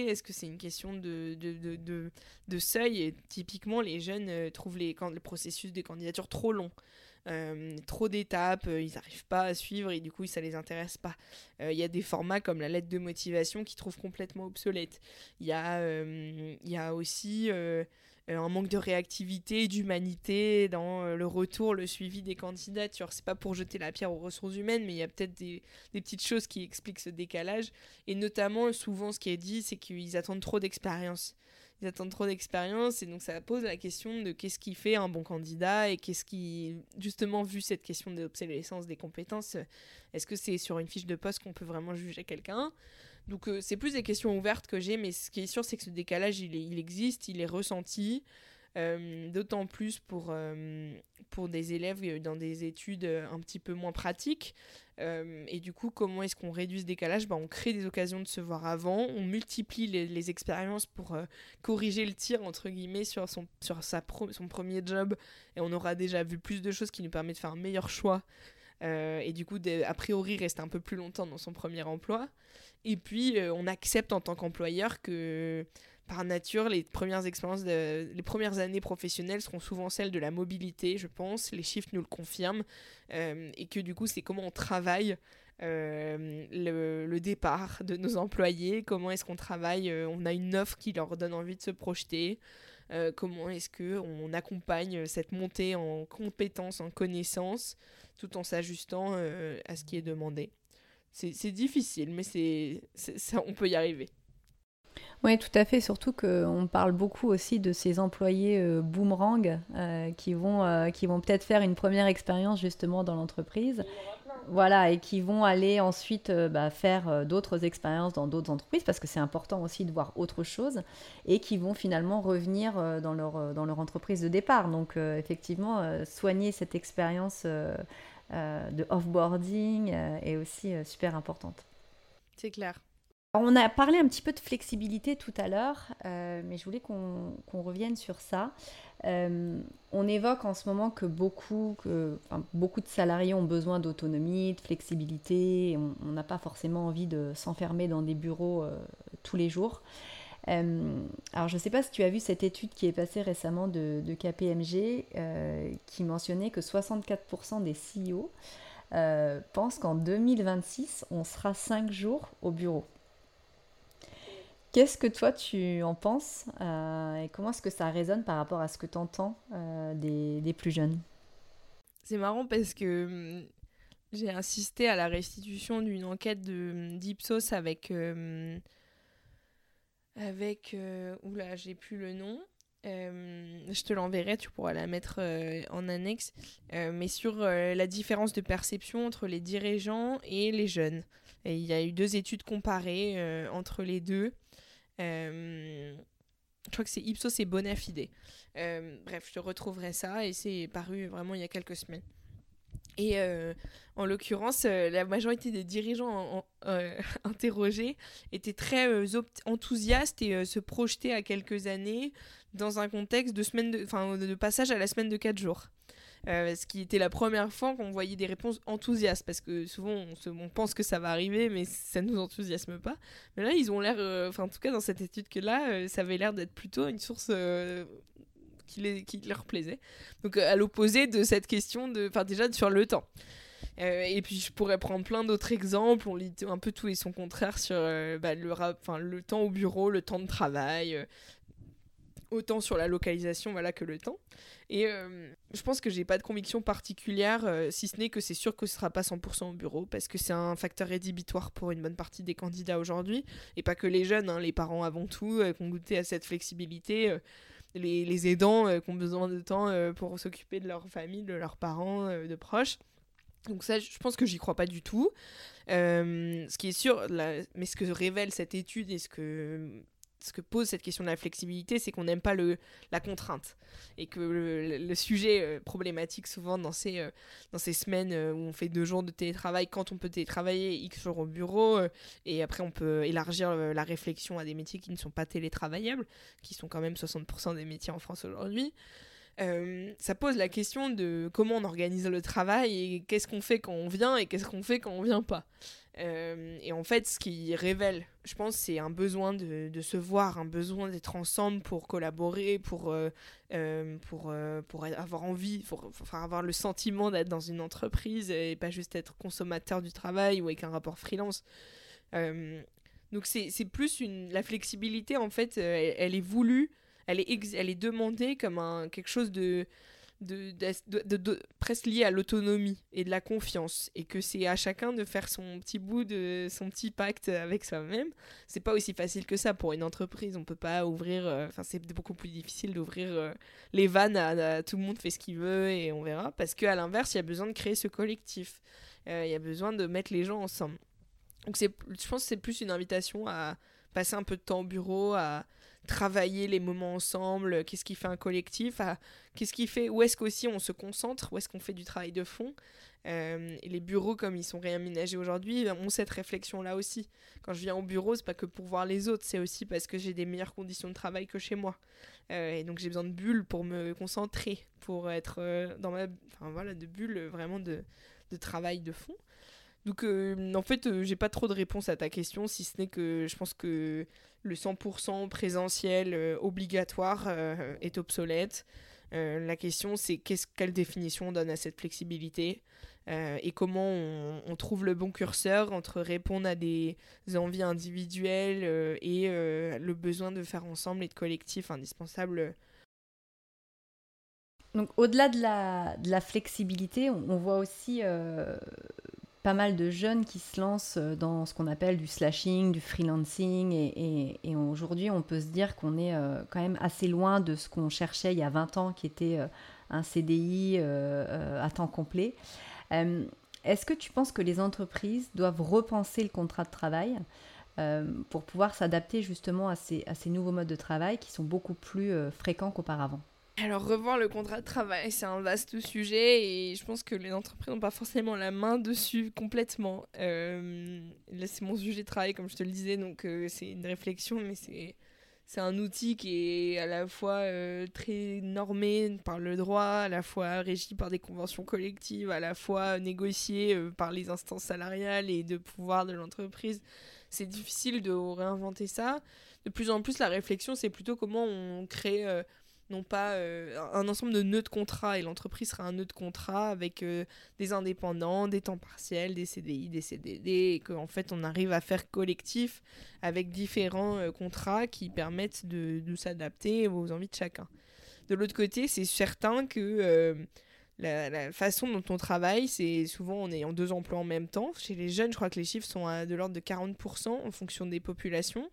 Est-ce que c'est une question de, de, de, de, de seuil ? Et typiquement, les jeunes euh, trouvent les, quand, le processus des candidatures trop long. Euh, trop d'étapes, euh, ils n'arrivent pas à suivre et du coup ça les intéresse pas. Il euh, y a des formats comme la lettre de motivation qui trouvent complètement obsolètes. Il y a, euh, y a aussi euh, un manque de réactivité, d'humanité dans euh, le retour, le suivi des candidatures. C'est pas pour jeter la pierre aux ressources humaines, mais il y a peut-être des, des petites choses qui expliquent ce décalage. Et notamment, souvent ce qui est dit, c'est qu'ils attendent trop d'expérience. Ils attendent trop d'expérience et donc ça pose la question de qu'est-ce qui fait un bon candidat et qu'est-ce qui, justement, vu cette question de l'obsolescence des compétences, est-ce que c'est sur une fiche de poste qu'on peut vraiment juger quelqu'un ? Donc euh, c'est plus des questions ouvertes que j'ai, mais ce qui est sûr c'est que ce décalage il, est, il existe, il est ressenti, euh, d'autant plus pour, euh, pour des élèves dans des études un petit peu moins pratiques. Euh, et du coup, comment est-ce qu'on réduit ce décalage ? Bah, on crée des occasions de se voir avant, on multiplie les, les expériences pour euh, corriger le tir, entre guillemets, sur, son, sur sa pro, son premier job, et on aura déjà vu plus de choses qui nous permettent de faire un meilleur choix, euh, et du coup, de, a priori, rester un peu plus longtemps dans son premier emploi. Et puis, euh, on accepte en tant qu'employeur que... Par nature, les premières expériences, de, les premières années professionnelles seront souvent celles de la mobilité, je pense. Les chiffres nous le confirment. Euh, et que du coup, c'est comment on travaille euh, le, le départ de nos employés. Comment est-ce qu'on travaille euh, On a une offre qui leur donne envie de se projeter. Euh, comment est-ce qu'on accompagne cette montée en compétences, en connaissances, tout en s'ajustant euh, à ce qui est demandé. C'est, c'est difficile, mais c'est, c'est, ça, on peut y arriver. Oui, tout à fait, surtout qu'on parle beaucoup aussi de ces employés euh, boomerang euh, qui vont, euh, qui vont peut-être faire une première expérience justement dans l'entreprise, voilà, et qui vont aller ensuite euh, bah, faire euh, d'autres expériences dans d'autres entreprises, parce que c'est important aussi de voir autre chose, et qui vont finalement revenir euh, dans, leur, euh, dans leur entreprise de départ. Donc euh, effectivement, euh, soigner cette expérience euh, euh, de off-boarding euh, est aussi euh, super importante. C'est clair. Alors, on a parlé un petit peu de flexibilité tout à l'heure, euh, mais je voulais qu'on, qu'on revienne sur ça. Euh, on évoque en ce moment que beaucoup, que, enfin, beaucoup de salariés ont besoin d'autonomie, de flexibilité. On on n'a pas forcément envie de s'enfermer dans des bureaux euh, tous les jours. Euh, alors, je ne sais pas si tu as vu cette étude qui est passée récemment de, de K P M G euh, qui mentionnait que soixante-quatre pour cent des C E O euh, pensent qu'en deux mille vingt-six, on sera cinq jours au bureau. Qu'est-ce que toi tu en penses euh, et comment est-ce que ça résonne par rapport à ce que tu entends euh, des, des plus jeunes? C'est marrant parce que hum, j'ai assisté à la restitution d'une enquête de d'Ipsos avec euh, avec euh, oula, j'ai plus le nom. Euh, je te l'enverrai, tu pourras la mettre euh, en annexe, Euh, mais sur euh, la différence de perception entre les dirigeants et les jeunes. Et il y a eu deux études comparées euh, entre les deux. Euh, je crois que c'est Ipsos et Bonafide. Euh, bref, je te retrouverai ça et c'est paru vraiment il y a quelques semaines. Et euh, en l'occurrence, euh, la majorité des dirigeants en- en- euh, interrogés étaient très euh, opt- enthousiastes et euh, se projetaient à quelques années dans un contexte de, semaine de, 'fin, de passage à la semaine de quatre jours. Euh, ce qui était la première fois qu'on voyait des réponses enthousiastes, parce que souvent on, se- on pense que ça va arriver, mais ça ne nous enthousiasme pas. Mais là, ils ont l'air, euh, enfin en tout cas dans cette étude que là, euh, ça avait l'air d'être plutôt une source euh, qui, les, qui leur plaisait. Donc euh, à l'opposé de cette question de, enfin déjà sur le temps. Euh, et puis je pourrais prendre plein d'autres exemples. On lit un peu tout et son contraire sur euh, bah, le, rap- enfin, le temps au bureau, le temps de travail, euh, autant sur la localisation voilà, que le temps. Et euh, je pense que j'ai pas de conviction particulière, euh, si ce n'est que c'est sûr que ce sera pas cent pour cent au bureau, parce que c'est un facteur rédhibitoire pour une bonne partie des candidats aujourd'hui, et pas que les jeunes, hein, les parents avant tout, euh, qui ont goûté à cette flexibilité, euh, les, les aidants euh, qui ont besoin de temps euh, pour s'occuper de leur famille, de leurs parents, euh, de proches. Donc ça, je pense que j'y crois pas du tout. Euh, ce qui est sûr, la- mais ce que révèle cette étude et ce que, ce que pose cette question de la flexibilité, c'est qu'on n'aime pas le, la contrainte. Et que le, le sujet euh, problématique souvent dans ces, euh, dans ces semaines euh, où on fait deux jours de télétravail, quand on peut télétravailler X jours au bureau, euh, et après on peut élargir euh, la réflexion à des métiers qui ne sont pas télétravaillables, qui sont quand même soixante pour cent des métiers en France aujourd'hui. Euh, ça pose la question de comment on organise le travail et qu'est-ce qu'on fait quand on vient et qu'est-ce qu'on fait quand on vient pas. Euh, et en fait, ce qui révèle, je pense, c'est un besoin de, de se voir, un besoin d'être ensemble pour collaborer, pour, euh, euh, pour, euh, pour avoir envie, pour, pour avoir le sentiment d'être dans une entreprise et pas juste être consommateur du travail ou avec un rapport freelance. Euh, donc c'est, c'est plus une... La flexibilité, en fait, euh, elle, elle est voulue, elle est, ex- elle est demandée comme un, quelque chose de, de, de, de- de- de- presque lié à l'autonomie et de la confiance. Et que c'est à chacun de faire son petit bout, de son petit pacte avec soi-même. C'est pas aussi facile que ça pour une entreprise. On peut pas ouvrir... Enfin, euh, c'est beaucoup plus difficile d'ouvrir euh, les vannes à, à tout le monde fait ce qu'il veut et on verra. Parce qu'à l'inverse, il y a besoin de créer ce collectif. Euh, Il y a besoin de mettre les gens ensemble. Donc c'est, je pense que c'est plus une invitation à passer un peu de temps au bureau, à travailler les moments ensemble, qu'est-ce qui fait un collectif, à, qu'est-ce qui fait, où est-ce qu'aussi on se concentre, où est-ce qu'on fait du travail de fond. Euh, et les bureaux, comme ils sont réaménagés aujourd'hui, ont cette réflexion-là aussi. Quand je viens au bureau, c'est pas que pour voir les autres, c'est aussi parce que j'ai des meilleures conditions de travail que chez moi. Euh, et donc j'ai besoin de bulles pour me concentrer, pour être euh, dans ma... Enfin voilà, de bulles vraiment de, de travail de fond. Donc euh, en fait, euh, j'ai pas trop de réponse à ta question, si ce n'est que je pense que le cent pour cent présentiel euh, obligatoire euh, est obsolète. Euh, la question, c'est qu'est-ce, quelle définition on donne à cette flexibilité euh, et comment on, on trouve le bon curseur entre répondre à des envies individuelles euh, et euh, le besoin de faire ensemble et de collectif indispensable. Donc au-delà de la, de la flexibilité, on, on voit aussi euh, pas mal de jeunes qui se lancent dans ce qu'on appelle du slashing, du freelancing. Et, et, et aujourd'hui, on peut se dire qu'on est euh, quand même assez loin de ce qu'on cherchait il y a vingt ans, qui était euh, un C D I euh, euh, à temps complet. Euh, est-ce que tu penses que les entreprises doivent repenser le contrat de travail euh, pour pouvoir s'adapter justement à ces, à ces nouveaux modes de travail qui sont beaucoup plus euh, fréquents qu'auparavant? Alors, revoir le contrat de travail, c'est un vaste sujet et je pense que les entreprises n'ont pas forcément la main dessus complètement. Euh, là, c'est mon sujet de travail, comme je te le disais, donc euh, c'est une réflexion, mais c'est, c'est un outil qui est à la fois euh, très normé par le droit, à la fois régi par des conventions collectives, à la fois négocié euh, par les instances salariales et de pouvoir de l'entreprise. C'est difficile de réinventer ça. De plus en plus, la réflexion, c'est plutôt comment on crée... Euh, non pas euh, un ensemble de nœuds de contrat, et l'entreprise sera un nœud de contrat avec euh, des indépendants, des temps partiels, des C D I, des C D D, et qu'en fait on arrive à faire collectif avec différents euh, contrats qui permettent de, de s'adapter aux envies de chacun. De l'autre côté, c'est certain que euh, la, la façon dont on travaille, c'est souvent on est en deux emplois en même temps. Chez les jeunes, je crois que les chiffres sont à de l'ordre de quarante pour cent en fonction des populations,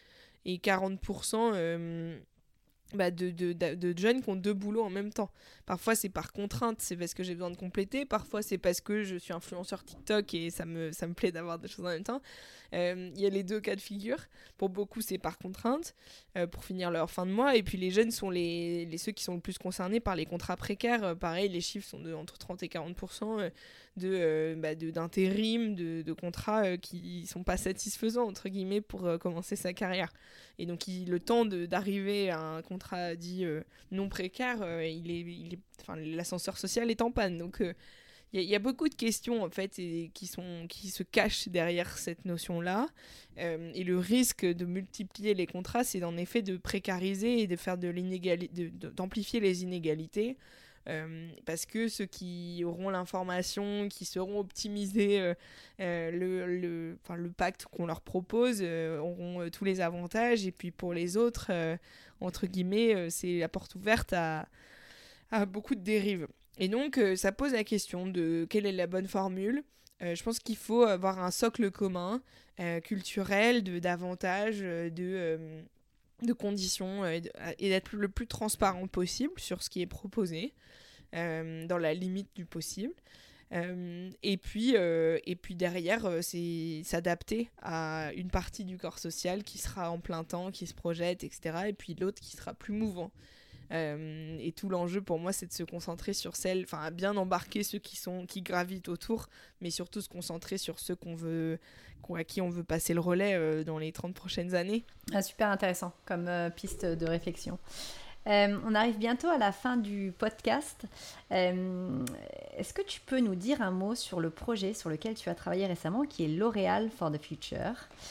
et quarante pour cent... Euh, Bah de, de, de, de jeunes qui ont deux boulots en même temps. Parfois c'est par contrainte, c'est parce que j'ai besoin de compléter, parfois c'est parce que je suis influenceur TikTok et ça me, ça me plaît d'avoir des choses en même temps. Il euh, y a les deux cas de figure. Pour beaucoup c'est par contrainte, euh, pour finir leur fin de mois, et puis les jeunes sont les, les, ceux qui sont le plus concernés par les contrats précaires. Euh, pareil, les chiffres sont de, entre trente et quarante pour cent euh, de, euh, bah de, d'intérim, de, de contrats euh, qui sont pas satisfaisants entre guillemets pour euh, commencer sa carrière. Et donc il, le temps de, d'arriver à un contrat dit euh, non précaire, euh, il est, il est, enfin, l'ascenseur social est en panne. Donc il euh, y, y a beaucoup de questions en fait et, qui, sont, qui se cachent derrière cette notion-là. Euh, et le risque de multiplier les contrats, c'est en effet de précariser et de faire de l'inégalité, de, de, d'amplifier les inégalités. Euh, parce que ceux qui auront l'information, qui seront optimisés euh, euh, le, le, enfin, le pacte qu'on leur propose, euh, auront euh, tous les avantages, et puis pour les autres, euh, entre guillemets, euh, c'est la porte ouverte à, à beaucoup de dérives. Et donc euh, ça pose la question de quelle est la bonne formule. Euh, je pense qu'il faut avoir un socle commun, euh, culturel, de, d'avantages, de... Euh, de conditions euh, et d'être le plus transparent possible sur ce qui est proposé, euh, dans la limite du possible. Euh, et, puis, euh, et puis derrière, euh, c'est s'adapter à une partie du corps social qui sera en plein temps, qui se projette, et cetera. Et puis l'autre qui sera plus mouvant. Euh, et tout l'enjeu pour moi, c'est de se concentrer sur celles, enfin à bien embarquer ceux qui sont qui gravitent autour, mais surtout se concentrer sur ceux qu'on veut, à qui on veut passer le relais euh, dans les trente prochaines années. Ah, super intéressant comme euh, piste de réflexion. Euh, on arrive bientôt à la fin du podcast. Euh, est-ce que tu peux nous dire un mot sur le projet sur lequel tu as travaillé récemment, qui est L'Oréal for the Future,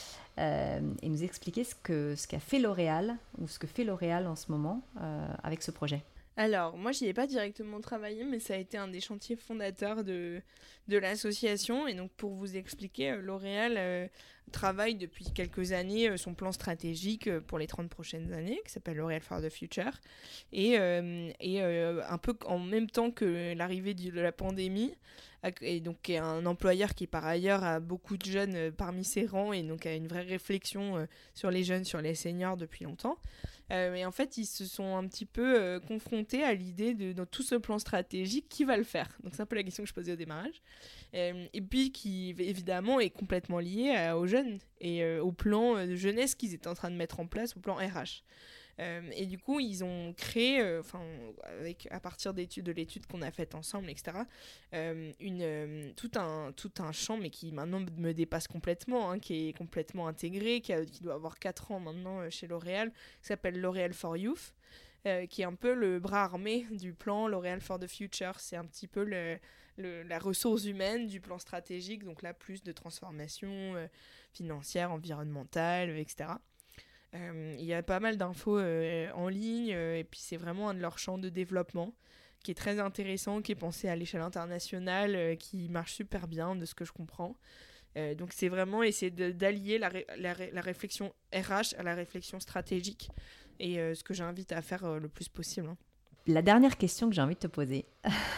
euh, et nous expliquer ce, que, ce qu'a fait L'Oréal, ou ce que fait L'Oréal en ce moment euh, avec ce projet? Alors, moi, j'y ai pas directement travaillé, mais ça a été un des chantiers fondateurs de, de l'association. Et donc, pour vous expliquer, euh, L'Oréal euh, travaille depuis quelques années euh, son plan stratégique euh, pour les trente prochaines années, qui s'appelle L'Oréal for the Future. Et, euh, et euh, un peu en même temps que l'arrivée de la pandémie, et donc est un employeur qui, par ailleurs, a beaucoup de jeunes euh, parmi ses rangs, et donc a une vraie réflexion euh, sur les jeunes, sur les seniors depuis longtemps. Euh, et en fait, ils se sont un petit peu euh, confrontés à l'idée de, dans tout ce plan stratégique, qui va le faire? Donc c'est un peu la question que je posais au démarrage. Euh, et puis qui, évidemment, est complètement liée à, aux jeunes et euh, au plan de jeunesse qu'ils étaient en train de mettre en place, au plan R H. Euh, et du coup, ils ont créé, enfin, euh, avec à partir d'études, de l'étude qu'on a faite ensemble, et cetera, euh, une, euh, tout un, tout un champ, mais qui maintenant me dépasse complètement, hein, qui est complètement intégré, qui, a, qui doit avoir quatre ans maintenant chez L'Oréal, qui s'appelle L'Oréal for Youth, euh, qui est un peu le bras armé du plan L'Oréal for the Future. C'est un petit peu le, le, la ressource humaine du plan stratégique, donc là, plus de transformation euh, financière, environnementale, et cetera. Il euh, y a pas mal d'infos euh, en ligne, euh, et puis c'est vraiment un de leurs champs de développement qui est très intéressant, qui est pensé à l'échelle internationale, euh, qui marche super bien de ce que je comprends. Euh, donc c'est vraiment essayer de, d'allier la, ré, la, la réflexion R H à la réflexion stratégique, et euh, ce que j'invite à faire euh, le plus possible. Hein. La dernière question que j'ai envie de te poser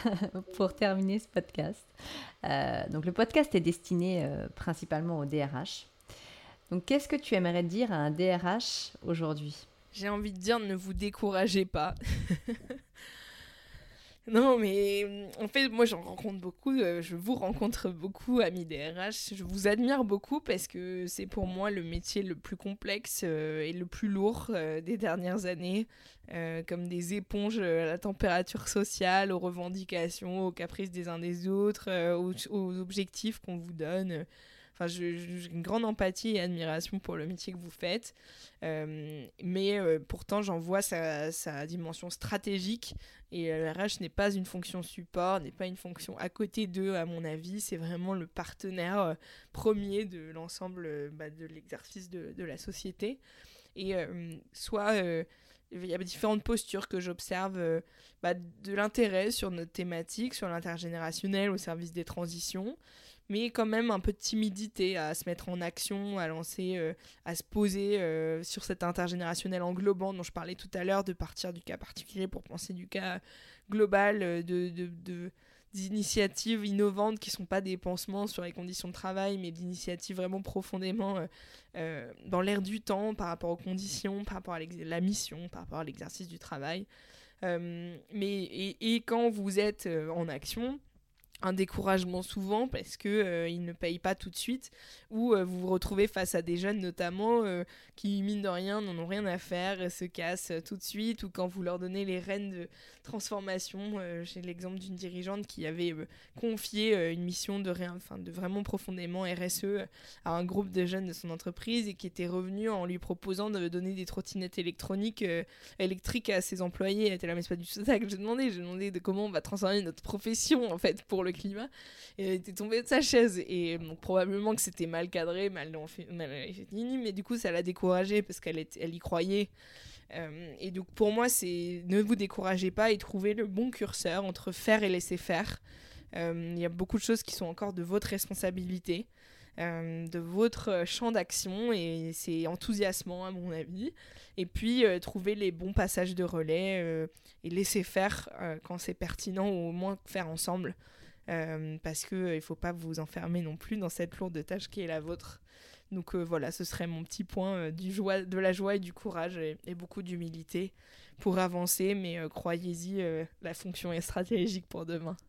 pour terminer ce podcast. Euh, donc le podcast est destiné euh, principalement aux D R H. Donc, qu'est-ce que tu aimerais dire à un D R H aujourd'hui? J'ai envie de dire, ne vous découragez pas. Non, mais en fait, moi, j'en rencontre beaucoup. Euh, je vous rencontre beaucoup, amis D R H. Je vous admire beaucoup parce que c'est pour moi le métier le plus complexe euh, et le plus lourd euh, des dernières années. Euh, comme des éponges à la température sociale, aux revendications, aux caprices des uns des autres, euh, aux, aux objectifs qu'on vous donne. Enfin, je, je, j'ai une grande empathie et admiration pour le métier que vous faites. Euh, mais euh, pourtant, j'en vois sa, sa dimension stratégique. Et le R H n'est pas une fonction support, n'est pas une fonction à côté d'eux, à mon avis. C'est vraiment le partenaire euh, premier de l'ensemble euh, bah, de l'exercice de, de la société. Et euh, soit... Euh, il y a différentes postures que j'observe euh, bah, de l'intérêt sur notre thématique, sur l'intergénérationnel au service des transitions, mais quand même un peu de timidité à se mettre en action, à lancer, euh, à se poser euh, sur cet intergénérationnel englobant dont je parlais tout à l'heure, de partir du cas particulier pour penser du cas global, euh, de, de, de, d'initiatives innovantes qui ne sont pas des pansements sur les conditions de travail, mais d'initiatives vraiment profondément euh, euh, dans l'air du temps par rapport aux conditions, par rapport à la mission, par rapport à l'exercice du travail. Euh, mais, et, et quand vous êtes euh, en action, un découragement souvent parce qu'ils euh, ne payent pas tout de suite, ou euh, vous vous retrouvez face à des jeunes notamment euh, qui, mine de rien, n'en ont rien à faire et se cassent euh, tout de suite, ou quand vous leur donnez les rênes de transformation. Euh, j'ai l'exemple d'une dirigeante qui avait euh, confié euh, une mission de, ré- enfin, de vraiment profondément R S E à un groupe de jeunes de son entreprise et qui était revenue en lui proposant de donner des trottinettes électroniques, euh, électriques à ses employés. Elle était là, mais c'est pas du tout ça que j'ai demandé. J'ai demandé de comment on va transformer notre profession en fait pour le climat, et elle était tombée de sa chaise, et donc probablement que c'était mal cadré, mal fait, mal fait, mais du coup ça l'a découragée parce qu'elle était, elle y croyait. Euh, et donc pour moi c'est ne vous découragez pas et trouvez le bon curseur entre faire et laisser faire. Euh, il y a beaucoup de choses qui sont encore de votre responsabilité, euh, de votre champ d'action, et c'est enthousiasmant à mon avis. Et puis euh, trouver les bons passages de relais euh, et laisser faire euh, quand c'est pertinent, ou au moins faire ensemble. Euh, parce qu'il ne euh, faut pas vous enfermer non plus dans cette lourde tâche qui est la vôtre. Donc euh, voilà, ce serait mon petit point euh, du joie, de la joie et du courage, et, et beaucoup d'humilité pour avancer, mais euh, croyez-y, euh, la fonction est stratégique pour demain.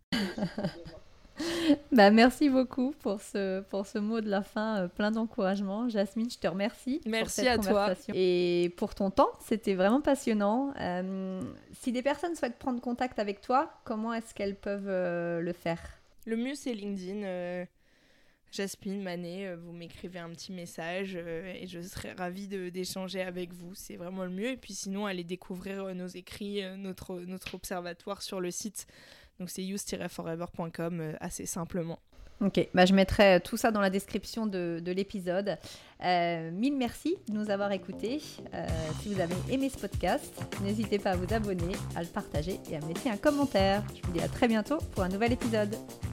Bah, merci beaucoup pour ce, pour ce mot de la fin, euh, plein d'encouragement. Jasmine, je te remercie merci pour cette à conversation. Toi. Et pour ton temps, c'était vraiment passionnant. Euh, si des personnes souhaitent prendre contact avec toi, comment est-ce qu'elles peuvent euh, le faire ? Le mieux, c'est LinkedIn. Euh, Jasmine Manet, euh, vous m'écrivez un petit message euh, et je serai ravie de, d'échanger avec vous. C'est vraiment le mieux. Et puis sinon, allez découvrir euh, nos écrits, euh, notre, notre observatoire sur le site. Donc c'est use tiret forever point com, euh, assez simplement. Ok, bah je mettrai tout ça dans la description de, de l'épisode. Euh, mille merci de nous avoir écoutés. Euh, si vous avez aimé ce podcast, n'hésitez pas à vous abonner, à le partager et à me laisser un commentaire. Je vous dis à très bientôt pour un nouvel épisode.